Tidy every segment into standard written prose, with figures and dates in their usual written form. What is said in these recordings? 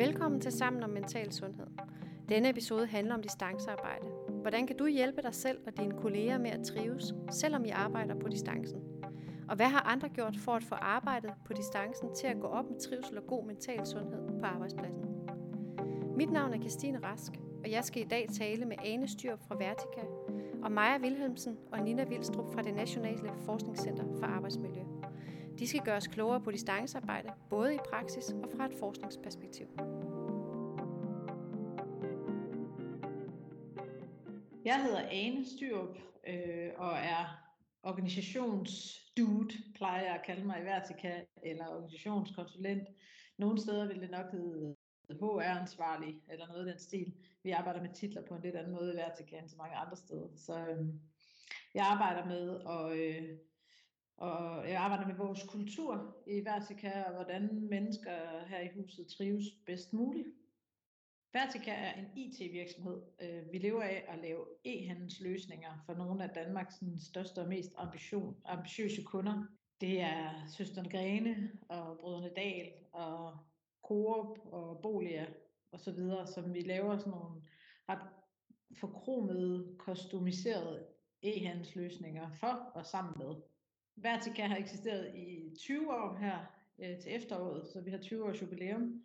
Velkommen til Sammen om Mental Sundhed. Denne episode handler om distancearbejde. Hvordan kan du hjælpe dig selv og dine kolleger med at trives, selvom I arbejder på distancen? Og hvad har andre gjort for at få arbejdet på distancen til at gå op med trivsel og god mental sundhed på arbejdspladsen? Mit navn er Christine Rask, og jeg skal i dag tale med Ane Styrup fra Vertica, og Maja Vilhelmsen og Nina Vilstrup fra det Nationale Forskningscenter for Arbejdsmiljø. De skal gøre os klogere på distancearbejde, både i praksis og fra et forskningsperspektiv. Jeg hedder Ane Styrup og er organisationsdude, plejer jeg at kalde mig i Vertica, eller organisationskonsulent. Nogle steder vil det nok hedde HR-ansvarlig eller noget af den stil. Vi arbejder med titler på en lidt anden måde i Vertica end så mange andre steder. Så jeg arbejder med og jeg arbejder med vores kultur i Vertica, og hvordan mennesker her i huset trives bedst muligt. Vertica er en IT-virksomhed. Vi lever af at lave e-handelsløsninger for nogle af Danmarks største og mest ambitiøse kunder. Det er Søsterne Grene og Brødrene Dahl og Coop og Bolia og så videre, som vi laver sådan nogle ret forkromede, customiserede e-handelsløsninger for og sammen med. Vertica har eksisteret i 20 år her til efteråret, så vi har 20 års jubilæum.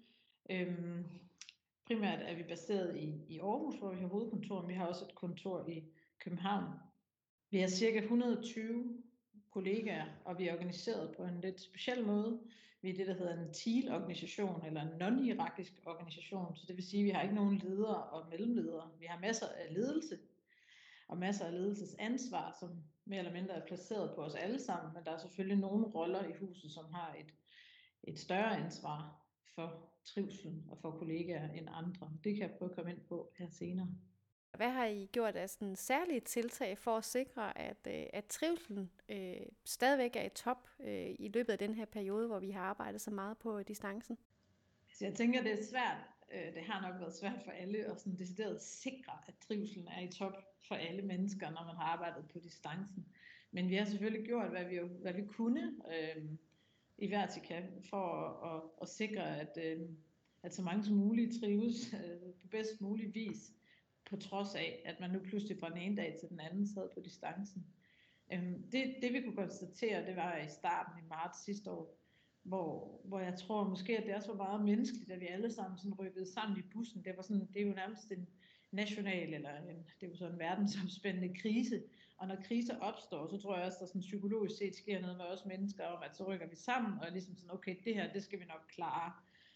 Primært er vi baseret i Aarhus, hvor vi har hovedkontor, men vi har også et kontor i København. Vi har cirka 120 kollegaer, og vi er organiseret på en lidt speciel måde. Vi er det, der hedder en TEAL-organisation, eller en non-hierarkisk organisation. Så det vil sige, at vi har ikke nogen ledere og mellemledere. Vi har masser af ledelse og masser af ledelsesansvar, som mere eller mindre er placeret på os alle sammen. Men der er selvfølgelig nogle roller i huset, som har et større ansvar for trivsel og for kollegaer end andre. Det kan jeg prøve at komme ind på her senere. Hvad har I gjort af sådan særlige tiltag for at sikre, at trivselen stadigvæk er i top i løbet af den her periode, hvor vi har arbejdet så meget på distancen? Så jeg tænker, det er svært. Det har nok været svært for alle at sådan decideret sikre, at trivselen er i top for alle mennesker, når man har arbejdet på distancen. Men vi har selvfølgelig gjort, hvad vi kunne i Vertica for at sikre, at så mange som muligt trives på bedst mulig vis, på trods af, at man nu pludselig fra den ene dag til den anden sad på distancen. Det vi kunne konstatere, det var i starten i marts sidste år, hvor jeg tror måske, at det også var meget menneskeligt, at vi alle sammen sådan rykkede sammen i bussen. Det er jo nærmest en national, det er jo sådan en verdensomspændende krise. Og når kriser opstår, så tror jeg også, at der sådan psykologisk set sker noget med os mennesker om, at så rykker vi sammen, og ligesom sådan, okay, det her, det skal vi nok klare.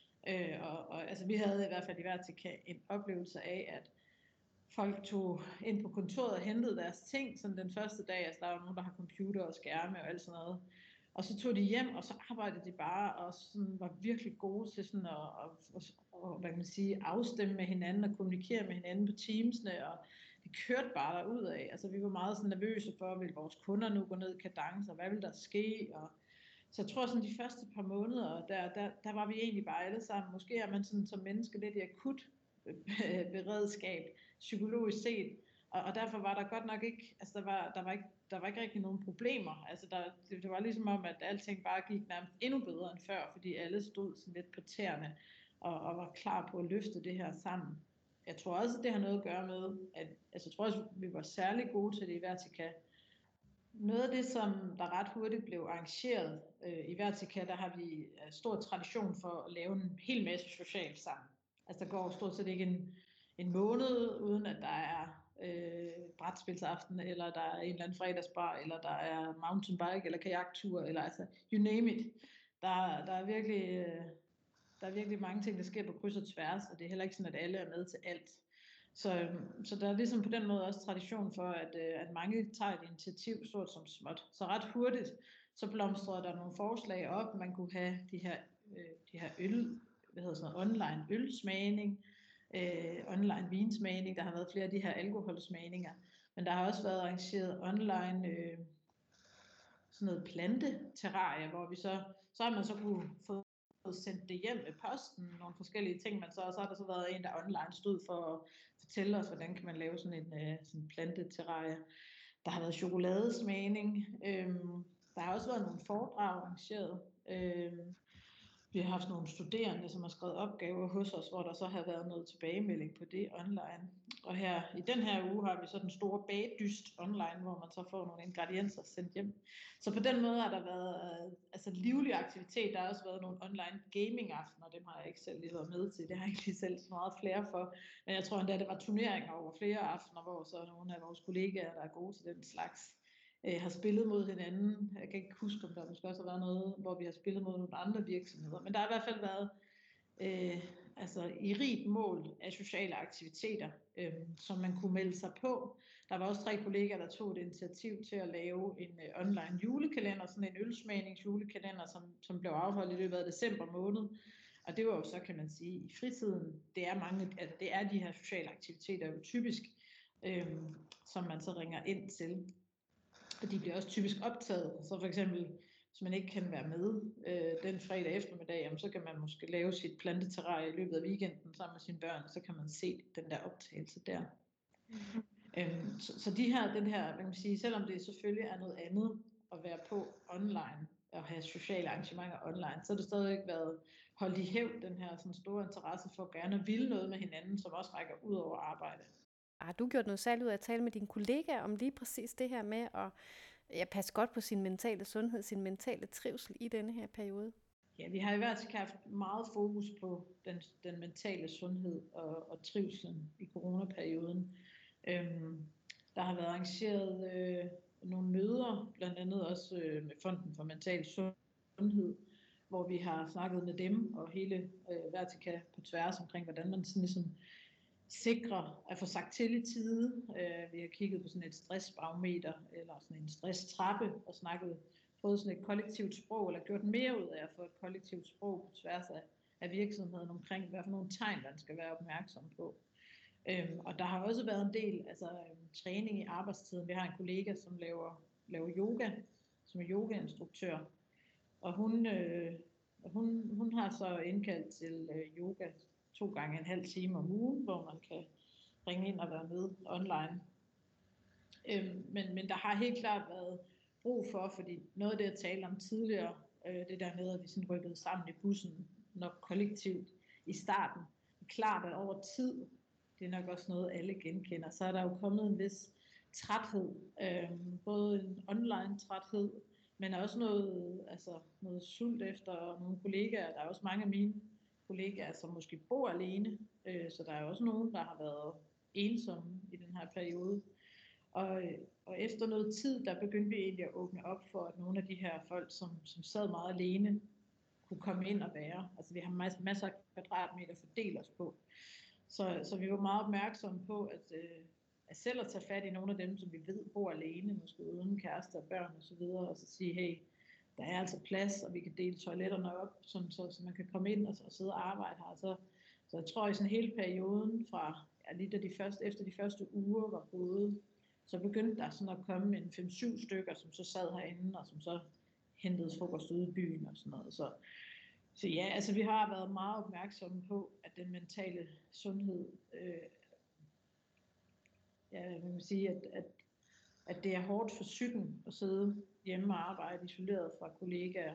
Altså vi havde i hvert fald i Vertica en oplevelse af, at folk tog ind på kontoret og hentede deres ting, sådan den første dag, altså der var nogen, der har computer og skærme og alt sådan noget. Og så tog de hjem, og så arbejdede de bare, og sådan var virkelig gode til sådan at hvad kan man sige, afstemme med hinanden og kommunikere med hinanden på Teams'ne, og det kørte bare derudad. Altså vi var meget sådan nervøse for, vil vores kunder nu gå ned i kadence, og hvad vil der ske? Og så jeg tror sådan de første par måneder, der var vi egentlig bare alle sammen. Måske er man sådan som menneske lidt i akut beredskab, psykologisk set. Og derfor var der godt nok ikke, altså der var ikke rigtig nogen problemer. Altså det var ligesom om, at alting bare gik nærmest endnu bedre end før, fordi alle stod sådan lidt på tæerne og var klar på at løfte det her sammen. Jeg tror også, at det har noget at gøre med, at jeg tror også, vi var særlig gode til det i Vertica. Noget af det, som der ret hurtigt blev arrangeret i Vertica, der har vi stor tradition for at lave en hel masse socialt sammen. Altså der går stort set ikke en måned, uden at der er brætspilsaften, eller der er en eller anden fredagsbar, eller der er mountainbike, eller kajaktur, eller altså, you name it. Der er virkelig mange ting, der sker på kryds og tværs, og det er heller ikke sådan, at alle er med til alt. Så der er ligesom på den måde også tradition for, at mange tager et initiativ, stort som småt. Så ret hurtigt, så blomstrede der nogle forslag op. Man kunne have de her online ølsmagning, online vinsmagning. Der har været flere af de her alkoholsmagninger. Men der har også været arrangeret online sådan noget planteterrarie, hvor vi så har man så kunne få sendt det hjem med posten, nogle forskellige ting, men så har der så været en, der online stod for at fortælle os, hvordan kan man lave sådan en planteterrarie. Der har været chokoladesmagning. Der har også været nogle foredrag arrangeret. Vi har haft nogle studerende, som har skrevet opgaver hos os, hvor der så har været noget tilbagemelding på det online. Og her i den her uge har vi så den store bagdyst online, hvor man så får nogle ingredienser sendt hjem. Så på den måde har der været livlig aktivitet. Der har også været nogle online gaming-aftener, dem har jeg ikke selv lige været med til. Det har jeg ikke lige selv så meget flere for. Men jeg tror endda, det var turneringer over flere aftener, hvor så nogle af vores kollegaer, der er gode til den slags, har spillet mod hinanden. Jeg kan ikke huske, om der måske også har været noget, hvor vi har spillet mod nogle andre virksomheder. Men der har i hvert fald været i rigt mål af sociale aktiviteter, som man kunne melde sig på. Der var også 3 kollegaer, der tog et initiativ til at lave en online julekalender, sådan en ølsmagningsjulekalender, som blev afholdt i løbet af december måned. Og det var jo så, kan man sige, i fritiden. Det er de her sociale aktiviteter jo typisk, som man så ringer ind til. Og de bliver også typisk optaget. Så for eksempel, hvis man ikke kan være med den fredag eftermiddag, så kan man måske lave sit planteterrarie i løbet af weekenden sammen med sine børn, og så kan man se den der optagelse der. Så den her, man kan sige, selvom det selvfølgelig er noget andet at være på online og have sociale arrangementer online, så har det stadigvæk været holdt i hævd, den her sådan store interesse for at gerne ville noget med hinanden, som også rækker ud over arbejde. Har du gjort noget særligt ud af at tale med dine kollegaer om lige præcis det her med at passe godt på sin mentale sundhed, sin mentale trivsel i denne her periode? Ja, vi har i hvert fald haft meget fokus på den mentale sundhed og trivselen i coronaperioden. Der har været arrangeret nogle møder, blandt andet også med Fonden for Mental Sundhed, hvor vi har snakket med dem og hele Vertica på tværs omkring, hvordan man sådan ligesom sikre at få sagt til i tide. Vi har kigget på sådan et stressbarometer eller sådan en stresstrappe og fået sådan et kollektivt sprog, eller gjort mere ud af at få et kollektivt sprog på tværs af virksomheden omkring, hvad for nogle tegn man skal være opmærksom på. Og der har også været en del træning i arbejdstiden. Vi har en kollega, som laver yoga, som er yogainstruktør, og hun har så indkaldt til yoga 2 gange en halv time om ugen, hvor man kan ringe ind og være med online. Men der har helt klart været brug for, fordi noget af det, jeg talte om tidligere, det der med, at vi sådan rykkede sammen i bussen, nok kollektivt i starten. Det er klart, at over tid, det er nok også noget, alle genkender, så er der jo kommet en vis træthed. Både en online træthed, men også noget sult efter nogle kollegaer. Der er også mange af mine kollegaer, som måske bor alene, så der er også nogen, der har været ensomme i den her periode. Og efter noget tid, der begyndte vi egentlig at åbne op for, at nogle af de her folk, som sad meget alene, kunne komme ind og være. Altså vi har masser af kvadratmeter fordelt os på. Så vi var meget opmærksomme på, at selv at tage fat i nogle af dem, som vi ved bor alene, måske uden kærester og børn osv., og så sige, hey, der er altså plads, og vi kan dele toiletterne op, så man kan komme ind og sidde og arbejde her. Så jeg tror, i sådan hele perioden fra, efter de første uger var gået, så begyndte der sådan at komme en 5-7 stykker, som så sad herinde, og som så hentede frokost ude i byen og sådan noget. Så ja, altså vi har været meget opmærksomme på, at den mentale sundhed, man kan sige, at det er hårdt for psyken at sidde hjemme og arbejde isoleret fra kollegaer.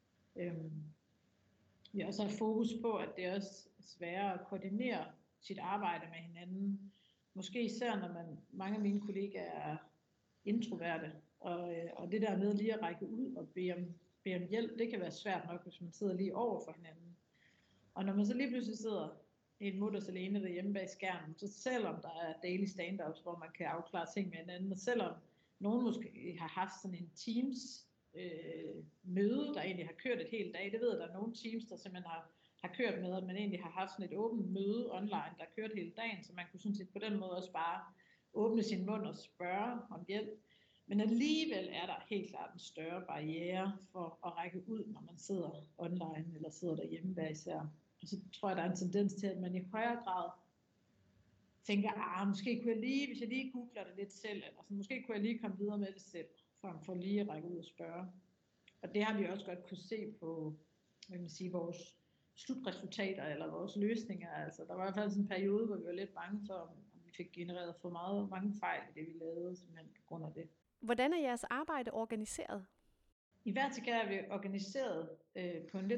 Vi har også haft fokus på, at det er også sværere at koordinere sit arbejde med hinanden. Måske især, når mange af mine kollegaer er introverte. Og det der med lige at række ud og bede om hjælp, det kan være svært nok, hvis man sidder lige over for hinanden. Og når man så lige pludselig sidder en mutters alene derhjemme bag skærmen, så selvom der er daily stand-ups, hvor man kan afklare ting med hinanden, og selvom nogen måske har haft sådan en Teams møde, der egentlig har kørt et helt dag, det ved jeg, der er nogle teams, der simpelthen har kørt med, at man egentlig har haft sådan et åbent møde online, der kørt hele dagen, så man kunne sådan set på den måde også bare åbne sin mund og spørge om hjælp. Men alligevel er der helt klart en større barriere for at række ud, når man sidder online eller sidder derhjemme hver især. Og så tror jeg, der er en tendens til, at man i højere grad tænker, måske kunne jeg lige, hvis jeg lige googler det lidt selv, eller så måske kunne jeg lige komme videre med det selv, for lige at række ud og spørge. Og det har vi også godt kunne se på, vores slutresultater eller vores løsninger. Altså, der var i hvert fald sådan en periode, hvor vi var lidt bange for, om vi fik genereret for mange fejl i det, vi lavede, simpelthen på grund af det. Hvordan er jeres arbejde organiseret? I Vertica er vi organiseret på en lidt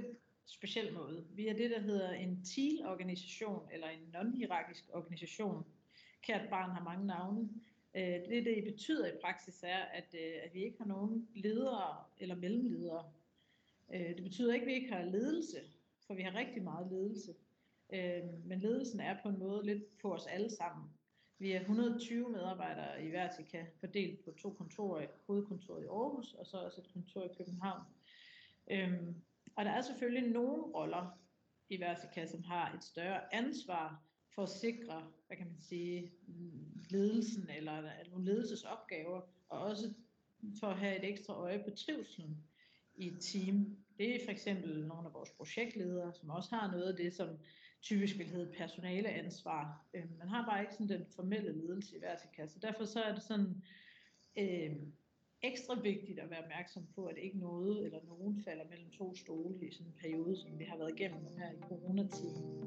speciel måde. Vi er det, der hedder en TEAL-organisation, eller en non-hierarkisk organisation. Kært barn har mange navne. Det betyder i praksis er, at vi ikke har nogen ledere eller mellemledere. Det betyder ikke, at vi ikke har ledelse, for vi har rigtig meget ledelse. Men ledelsen er på en måde lidt på os alle sammen. Vi er 120 medarbejdere i Vertica, fordelt på 2 kontorer, hovedkontoret i Aarhus, og så også et kontor i København. Og der er selvfølgelig nogle roller i Vertica, som har et større ansvar for at sikre, hvad kan man sige, ledelsen eller nogle ledelsesopgaver, og også for at have et ekstra øje på trivselen i et team. Det er for eksempel nogle af vores projektledere, som også har noget af det, som typisk vil hedde personaleansvar. Man har bare ikke sådan den formelle ledelse i Vertica, så derfor så er det sådan ekstra vigtigt at være opmærksom på, at ikke noget eller nogen falder mellem 2 stole i sådan en periode, som vi har været igennem her i coronatiden.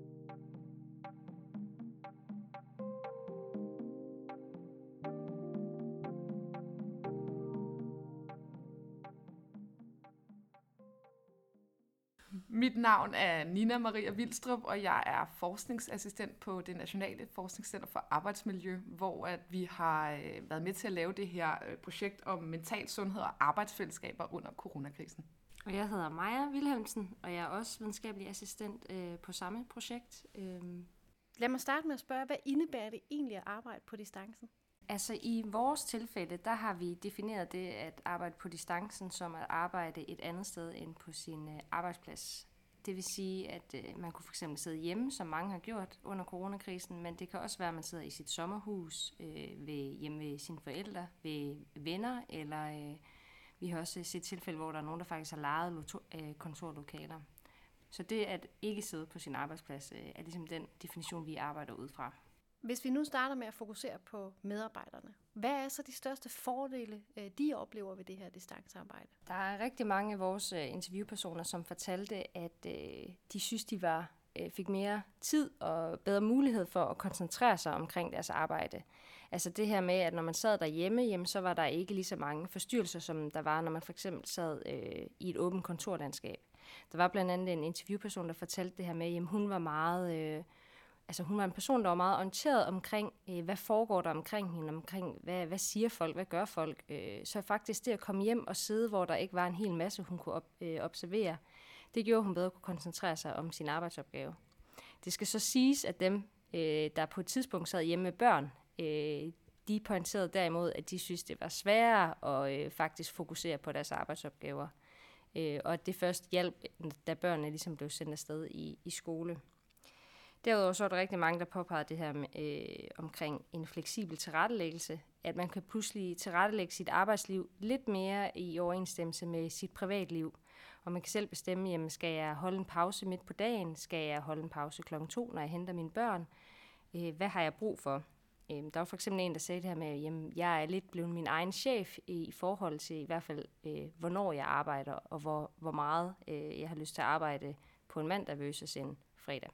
Mit navn er Nina Maria Vilstrup, og jeg er forskningsassistent på det Nationale Forskningscenter for Arbejdsmiljø, hvor at vi har været med til at lave det her projekt om mental sundhed og arbejdsfællesskaber under coronakrisen. Og jeg hedder Maja Vilhelmsen, og jeg er også videnskabelig assistent på samme projekt. Lad mig starte med at spørge, hvad indebærer det egentlig at arbejde på distancen? Altså i vores tilfælde, der har vi defineret det at arbejde på distancen som at arbejde et andet sted end på sin arbejdsplads. Det vil sige, at man kunne fx sidde hjemme, som mange har gjort under coronakrisen, men det kan også være, at man sidder i sit sommerhus, hjemme ved sine forældre, ved venner, eller vi har også set tilfælde, hvor der er nogen, der faktisk har lejet kontorlokaler. Så det at ikke sidde på sin arbejdsplads er ligesom den definition, vi arbejder ud fra. Hvis vi nu starter med at fokusere på medarbejderne, hvad er så de største fordele, de oplever ved det her distancearbejde? Der er rigtig mange af vores interviewpersoner, som fortalte, at de synes, de fik mere tid og bedre mulighed for at koncentrere sig omkring deres arbejde. Altså det her med, at når man sad derhjemme, så var der ikke lige så mange forstyrrelser, som der var, når man for eksempel sad i et åbent kontorlandskab. Der var blandt andet en interviewperson, der fortalte det her med, at hun var meget... hun var en person, der var meget orienteret omkring, hvad foregår der omkring hende, omkring hvad siger folk, hvad gør folk. Så faktisk det at komme hjem og sidde, hvor der ikke var en hel masse, hun kunne observere, det gjorde, hun bedre kunne koncentrere sig om sin arbejdsopgave. Det skal så siges, at dem, der på et tidspunkt sad hjemme med børn, de pointerede derimod, at de synes, det var sværere at faktisk fokusere på deres arbejdsopgaver. Og at det først hjalp, da børnene ligesom blev sendt afsted i skole. Derudover så er der rigtig mange, der påpeger det her omkring en fleksibel tilrettelæggelse, at man kan pludselig tilrettelægge sit arbejdsliv lidt mere i overensstemmelse med sit privatliv. Og man kan selv bestemme, jamen, skal jeg holde en pause midt på dagen? Skal jeg holde en pause 2:00, når jeg henter mine børn? Hvad har jeg brug for? Der var for eksempel en, der sagde det her med, jamen, jeg er lidt blevet min egen chef i forhold til i hvert fald, hvornår jeg arbejder, og hvor meget jeg har lyst til at arbejde på en mandag versus en fredag.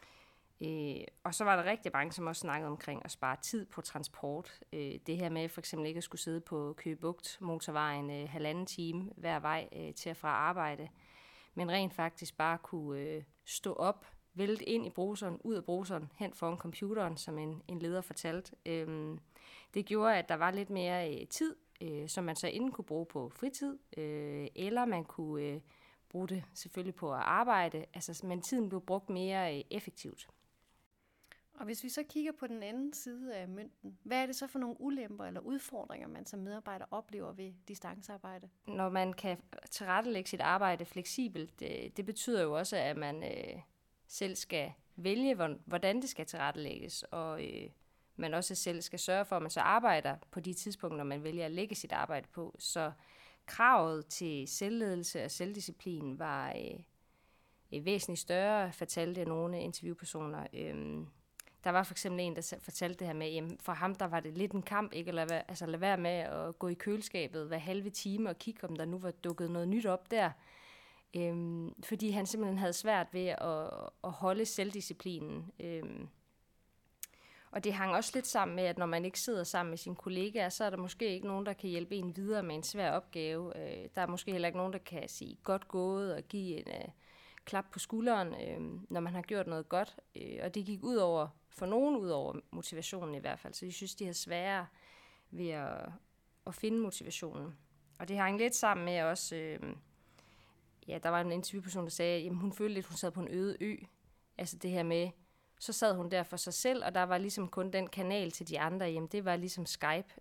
Og så var der rigtig mange, som også snakkede omkring at spare tid på transport. Det her med for eksempel ikke at skulle sidde på Køge Bugt motorvejen 1,5 time hver vej til og fra arbejde, men rent faktisk bare kunne stå op, vælte ind i bruseren, ud af bruseren, hen foran computeren, som en leder fortalte. Det gjorde, at der var lidt mere tid, som man så enten kunne bruge på fritid, eller man kunne bruge det selvfølgelig på at arbejde, men tiden blev brugt mere effektivt. Og hvis vi så kigger på den anden side af mønten, hvad er det så for nogle ulemper eller udfordringer, man som medarbejder oplever ved distancearbejde? Når man kan tilrettelægge sit arbejde fleksibelt, det betyder jo også, at man selv skal vælge, hvordan det skal tilrettelægges, og man også selv skal sørge for, at man så arbejder på de tidspunkter, man vælger at lægge sit arbejde på. Så kravet til selvledelse og selvdisciplin var væsentligt større, fortalte nogle interviewpersoner. Der var for eksempel en, der fortalte det her med, at for ham der var det lidt en kamp, ikke at lade være med at gå i køleskabet hver halve time og kigge, om der nu var dukket noget nyt op der. Fordi han simpelthen havde svært ved at holde selvdisciplinen. Og det hang også lidt sammen med, at når man ikke sidder sammen med sine kollegaer, så er der måske ikke nogen, der kan hjælpe en videre med en svær opgave. Der er måske heller ikke nogen, der kan sige godt gået og give klap på skulderen, når man har gjort noget godt. Og det gik for nogen ud over motivationen i hvert fald. Så de synes, de har sværere ved at finde motivationen. Og det hang lidt sammen med også, der var en interviewperson, der sagde, at hun følte lidt, hun sad på en øde ø. Altså det her med, så sad hun der for sig selv, og der var ligesom kun den kanal til de andre, jamen det var ligesom Skype.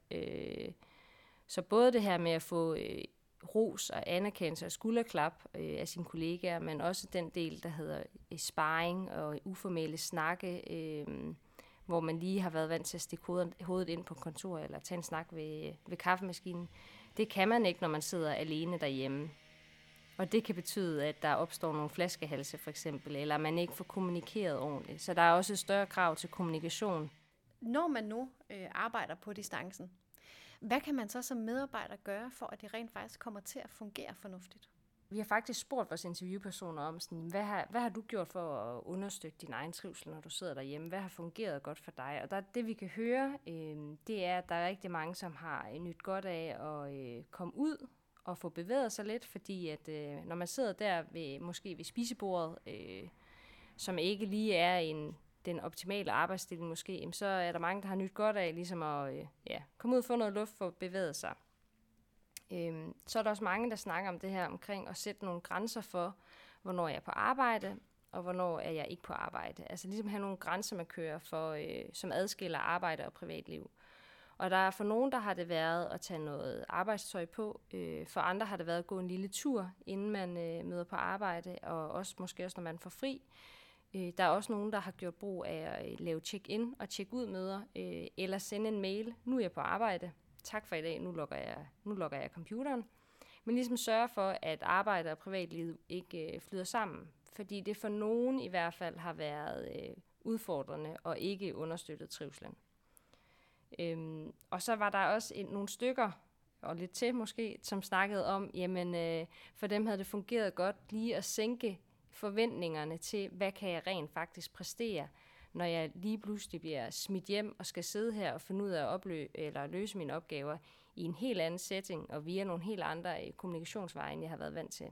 Så både det her med at få ros og anerkendelse og skulderklap af sine kollegaer, men også den del, der hedder sparring og uformelle snakke, hvor man lige har været vant til at stikke hovedet ind på kontoret eller tage en snak ved kaffemaskinen. Det kan man ikke, når man sidder alene derhjemme. Og det kan betyde, at der opstår nogle flaskehalse for eksempel, eller man ikke får kommunikeret ordentligt. Så der er også et større krav til kommunikation. Når man nu arbejder på distancen, hvad kan man så som medarbejder gøre, for at det rent faktisk kommer til at fungere fornuftigt? Vi har faktisk spurgt vores interviewpersoner om, sådan, hvad har du gjort for at understøtte din egen trivsel, når du sidder derhjemme? Hvad har fungeret godt for dig? Og det vi kan høre, det er, at der er rigtig mange, som har nydt godt af at komme ud og få bevæget sig lidt, fordi at når man sidder der måske ved spisebordet, som ikke lige er den optimale arbejdsstilling måske, så er der mange, der har nydt godt af ligesom at komme ud og få noget luft for at bevæge sig. Så er der også mange, der snakker om det her omkring at sætte nogle grænser for, hvornår jeg er på arbejde, og hvornår er jeg ikke på arbejde. Altså ligesom have nogle grænser, man kører for, som adskiller arbejde og privatliv. Og der er for nogen, der har det været at tage noget arbejdstøj på. For andre har det været at gå en lille tur, inden man møder på arbejde, og måske også, når man får fri. Der er også nogen, der har gjort brug af at lave check-in og check-ud-møder, eller sende en mail. Nu er jeg på arbejde. Tak for i dag. Nu lukker jeg computeren. Men ligesom sørge for, at arbejde og privatliv ikke flyder sammen. Fordi det for nogen i hvert fald har været udfordrende og ikke understøttet trivslen. Og så var der også nogle stykker, og lidt til måske, som snakkede om, jamen for dem havde det fungeret godt lige at sænke forventningerne til, hvad kan jeg rent faktisk præstere, når jeg lige pludselig bliver smidt hjem og skal sidde her og finde ud af at løse mine opgaver i en helt anden setting og via nogle helt andre kommunikationsveje, end jeg har været vant til.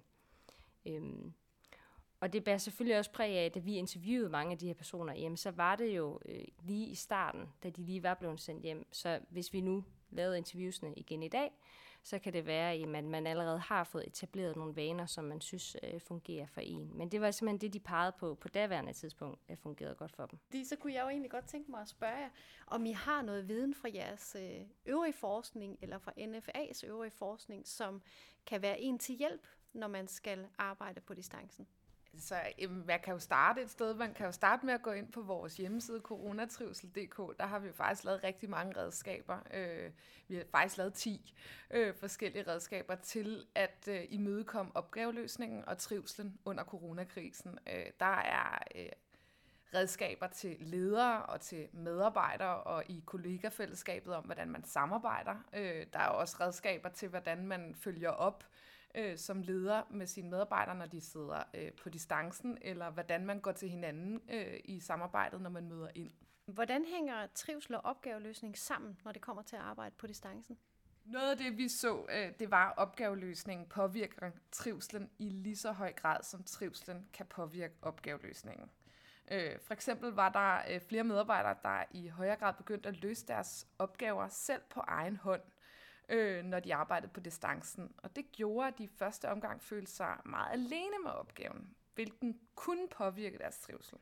Og det bærer selvfølgelig også præg af, at da vi interviewede mange af de her personer, jamen, så var det jo lige i starten, da de lige var blevet sendt hjem. Så hvis vi nu lavede interviewsene igen i dag, så kan det være, at man allerede har fået etableret nogle vaner, som man synes fungerer for en. Men det var simpelthen det, de pegede på daværende tidspunkt, at fungerede godt for dem. Så kunne jeg jo egentlig godt tænke mig at spørge jer, om I har noget viden fra jeres øvrige forskning, eller fra NFA's øvrige forskning, som kan være en til hjælp, når man skal arbejde på distancen. Så man kan jo starte et sted. Man kan jo starte med at gå ind på vores hjemmeside, coronatrivsel.dk. Der har vi jo faktisk lavet rigtig mange redskaber. Vi har faktisk lavet 10 forskellige redskaber til at imødekomme opgaveløsningen og trivslen under coronakrisen. Der er redskaber til ledere og til medarbejdere og i kollegafællesskabet om, hvordan man samarbejder. Der er også redskaber til, hvordan man følger op som leder med sine medarbejdere, når de sidder på distancen, eller hvordan man går til hinanden i samarbejdet, når man møder ind. Hvordan hænger trivsel og opgaveløsning sammen, når det kommer til at arbejde på distancen? Noget af det, vi så, det var, at opgaveløsningen påvirker trivslen i lige så høj grad, som trivslen kan påvirke opgaveløsningen. For eksempel var der flere medarbejdere, der i højere grad begyndte at løse deres opgaver selv på egen hånd, når de arbejdede på distancen. Og det gjorde, at de i første omgang følte sig meget alene med opgaven, hvilken kunne påvirke deres trivsel.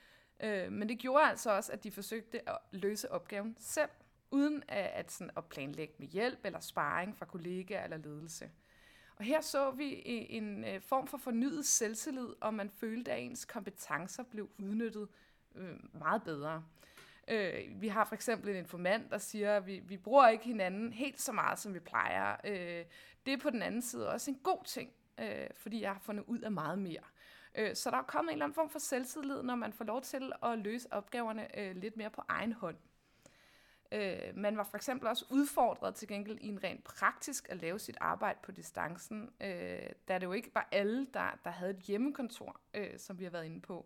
Men det gjorde altså også, at de forsøgte at løse opgaven selv, uden at planlægge med hjælp eller sparring fra kollegaer eller ledelse. Og her så vi en form for fornyet selvtillid, og man følte, at ens kompetencer blev udnyttet meget bedre. Vi har for eksempel en informant, der siger, at vi bruger ikke hinanden helt så meget, som vi plejer. Det er på den anden side også en god ting, fordi jeg har fundet ud af meget mere. Så der er kommet en eller anden form for selvtillid, når man får lov til at løse opgaverne lidt mere på egen hånd. Man var for eksempel også udfordret til gengæld i en rent praktisk at lave sit arbejde på distancen, da det jo ikke var alle, der havde et hjemmekontor, som vi har været inde på.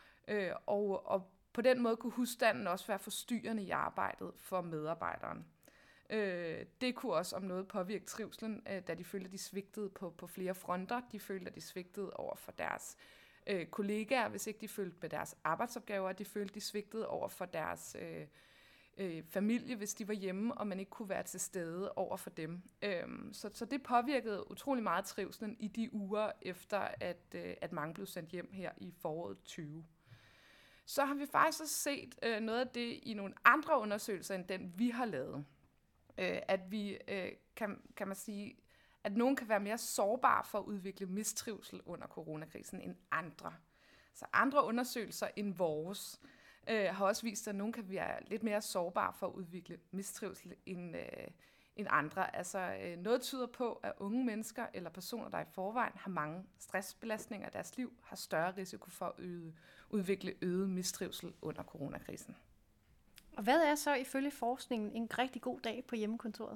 Og på den måde kunne husstanden også være forstyrrende i arbejdet for medarbejderen. Det kunne også om noget påvirke trivslen, da de følte, at de svigtede på flere fronter. De følte, at de svigtede over for deres kollegaer, hvis ikke de følte med deres arbejdsopgaver, de følte, de svigtede over for deres familie, hvis de var hjemme, og man ikke kunne være til stede over for dem. Så det påvirkede utrolig meget trivslen i de uger efter, at mange blev sendt hjem her i foråret 20. Så har vi faktisk også set noget af det i nogle andre undersøgelser, end den vi har lavet. At vi, kan man sige, at nogen kan være mere sårbare for at udvikle mistrivsel under coronakrisen end andre. Så andre undersøgelser end vores har også vist, at nogen kan være lidt mere sårbare for at udvikle mistrivsel end andre. Altså noget tyder på, at unge mennesker eller personer, der i forvejen har mange stressbelastninger i deres liv, har større risiko for at udvikle øget mistrivsel under coronakrisen. Og hvad er så ifølge forskningen en rigtig god dag på hjemmekontoret?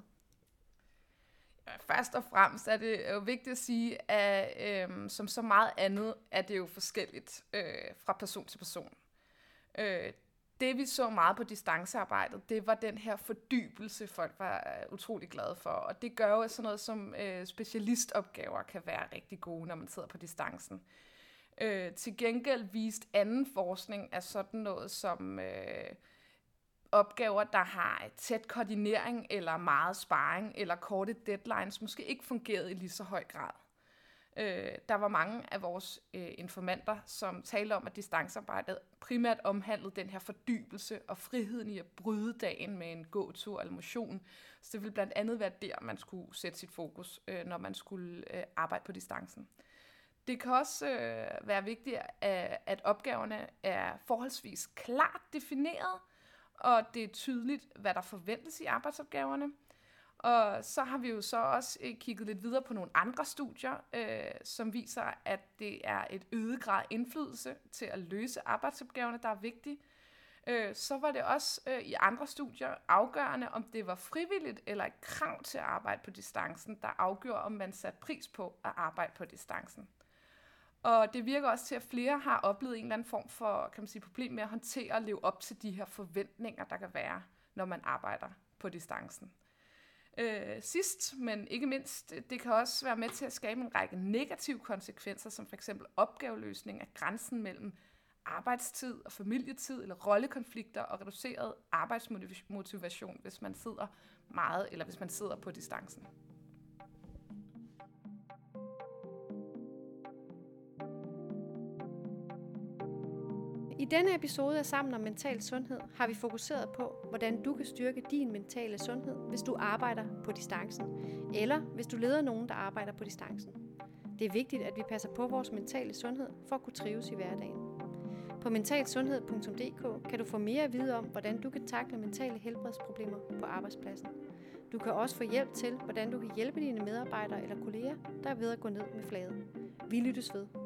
Først og fremmest er det jo vigtigt at sige, at som så meget andet er det jo forskelligt fra person til person. Det vi så meget på distancearbejdet, det var den her fordybelse, folk var utrolig glade for. Og det gør jo, at sådan noget som specialistopgaver kan være rigtig gode, når man sidder på distancen. Til gengæld viste anden forskning af sådan noget som opgaver, der har tæt koordinering eller meget sparring eller korte deadlines, måske ikke fungerede i lige så høj grad. Der var mange af vores informanter, som talte om, at distancearbejdet primært omhandlede den her fordybelse og friheden i at bryde dagen med en gåtur eller motion. Så det ville blandt andet være der, man skulle sætte sit fokus, når man skulle arbejde på distancen. Det kan også være vigtigt, at opgaverne er forholdsvis klart defineret, og det er tydeligt, hvad der forventes i arbejdsopgaverne. Og så har vi jo så også kigget lidt videre på nogle andre studier, som viser, at det er et øget grad indflydelse til at løse arbejdsopgaverne, der er vigtige. Så var det også i andre studier afgørende, om det var frivilligt eller et krav til at arbejde på distancen, der afgjorde, om man satte pris på at arbejde på distancen. Og det virker også til, at flere har oplevet en eller anden form for, kan man sige, problem med at håndtere og leve op til de her forventninger, der kan være, når man arbejder på distancen. Sidst, men ikke mindst, det kan også være med til at skabe en række negative konsekvenser, som f.eks. opgaveløsning af grænsen mellem arbejdstid og familietid, eller rollekonflikter og reduceret arbejdsmotivation, hvis man sidder meget, eller hvis man sidder på distancen. I denne episode af Sammen om Mental Sundhed har vi fokuseret på, hvordan du kan styrke din mentale sundhed, hvis du arbejder på distancen, eller hvis du leder nogen, der arbejder på distancen. Det er vigtigt, at vi passer på vores mentale sundhed for at kunne trives i hverdagen. På mentalsundhed.dk kan du få mere at vide om, hvordan du kan tackle mentale helbredsproblemer på arbejdspladsen. Du kan også få hjælp til, hvordan du kan hjælpe dine medarbejdere eller kolleger, der er ved at gå ned med flaget. Vi lyttes ved.